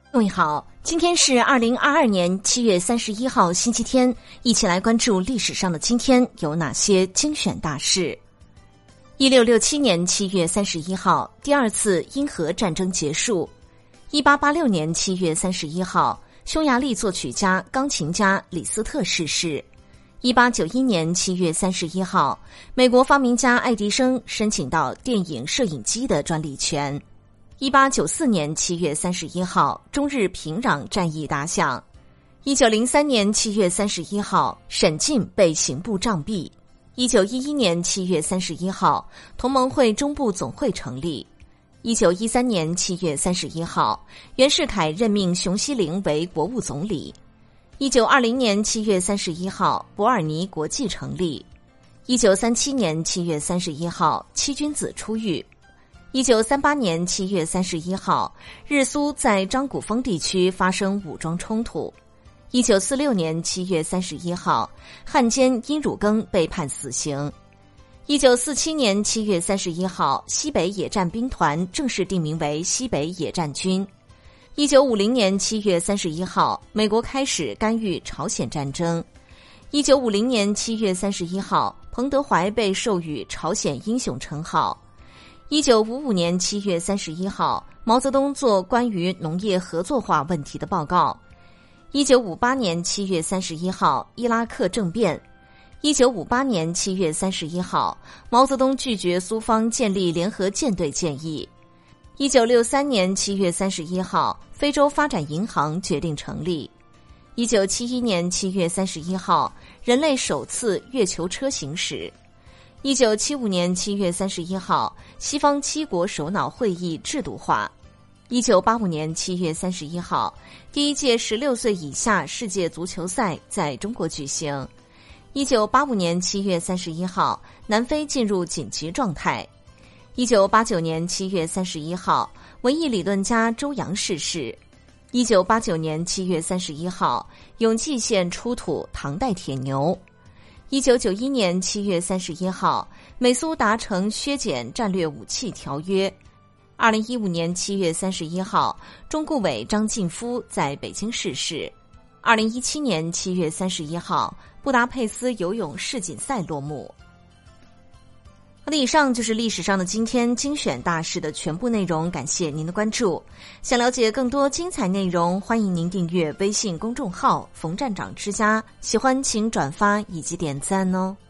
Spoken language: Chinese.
各位好，今天是2022年7月31号星期天，一起来关注历史上的今天有哪些精选大事。1667年7月31号，第二次英荷战争结束。1886年7月31号，匈牙利作曲家、钢琴家李斯特逝世。1891年7月31号，美国发明家爱迪生申请到电影摄影机的专利权。1894年7月31号，中日平壤战役打响。1903年7月31号，沈进被刑部杖毙。1911年7月31号，同盟会中部总会成立。1913年7月31号，袁世凯任命熊希龄为国务总理。1920年7月31号，伯尔尼国际成立。1937年7月31号，七君子出狱。1938年7月31号，日苏在张古峰地区发生武装冲突。1946年7月31号，汉奸殷汝耕被判死刑。1947年7月31号，西北野战兵团正式定名为西北野战军。1950年7月31号，美国开始干预朝鲜战争。1950年7月31号，彭德怀被授予朝鲜英雄称号。1955年7月31号，毛泽东做关于农业合作化问题的报告。1958年7月31号，伊拉克政变。1958年7月31号，毛泽东拒绝苏方建立联合舰队建议。1963年7月31号，非洲发展银行决定成立。1971年7月31号，人类首次月球车行驶。1975年7月31号，西方7国首脑会议制度化。1985年7月31号，第一届16岁以下世界足球赛在中国举行。1985年7月31号，南非进入紧急状态。1989年7月31号，文艺理论家周扬逝世。1989年7月31号，永济县出土唐代铁牛。1991年7月31号，美苏达成削减战略武器条约。2015年7月31号，中顾委张晋夫在北京逝世。2017年7月31号，布达佩斯游泳世锦赛落幕。好的，以上就是历史上的今天精选大事的全部内容，感谢您的关注。想了解更多精彩内容，欢迎您订阅微信公众号冯站长之家，喜欢请转发以及点赞哦。